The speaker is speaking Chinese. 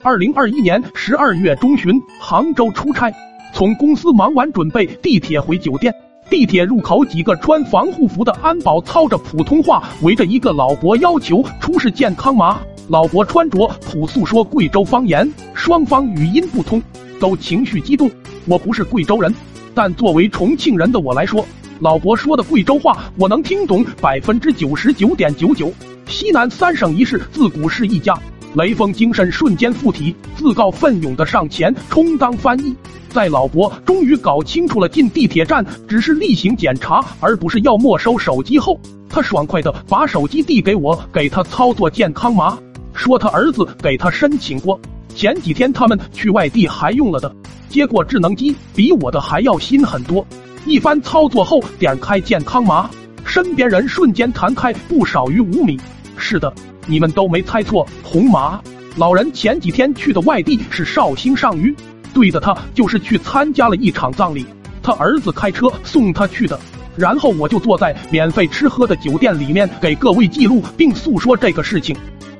2021年12月中旬，杭州出差，从公司忙完准备地铁回酒店。地铁入口，几个穿防护服的安保操着普通话围着一个老伯要求出示健康码。老伯穿着朴素说贵州方言，双方语音不通，都情绪激动。我不是贵州人，但作为重庆人的我来说，老伯说的贵州话我能听懂99.99%。西南三省一市自古是一家，雷锋精神瞬间附体，自告奋勇的上前充当翻译。在老伯终于搞清楚了进地铁站只是例行检查，而不是要没收手机后，他爽快地把手机递给我，给他操作健康码，说他儿子给他申请过，前几天他们去外地还用了的，接过智能机比我的还要新很多。一番操作后，点开健康码，身边人瞬间弹开不少于5米。是的，你们都没猜错，红码。老人前几天去的外地是绍兴上虞，对的，他就是去参加了一场葬礼，他儿子开车送他去的。然后我就坐在免费吃喝的酒店里面给各位记录并诉说这个事情。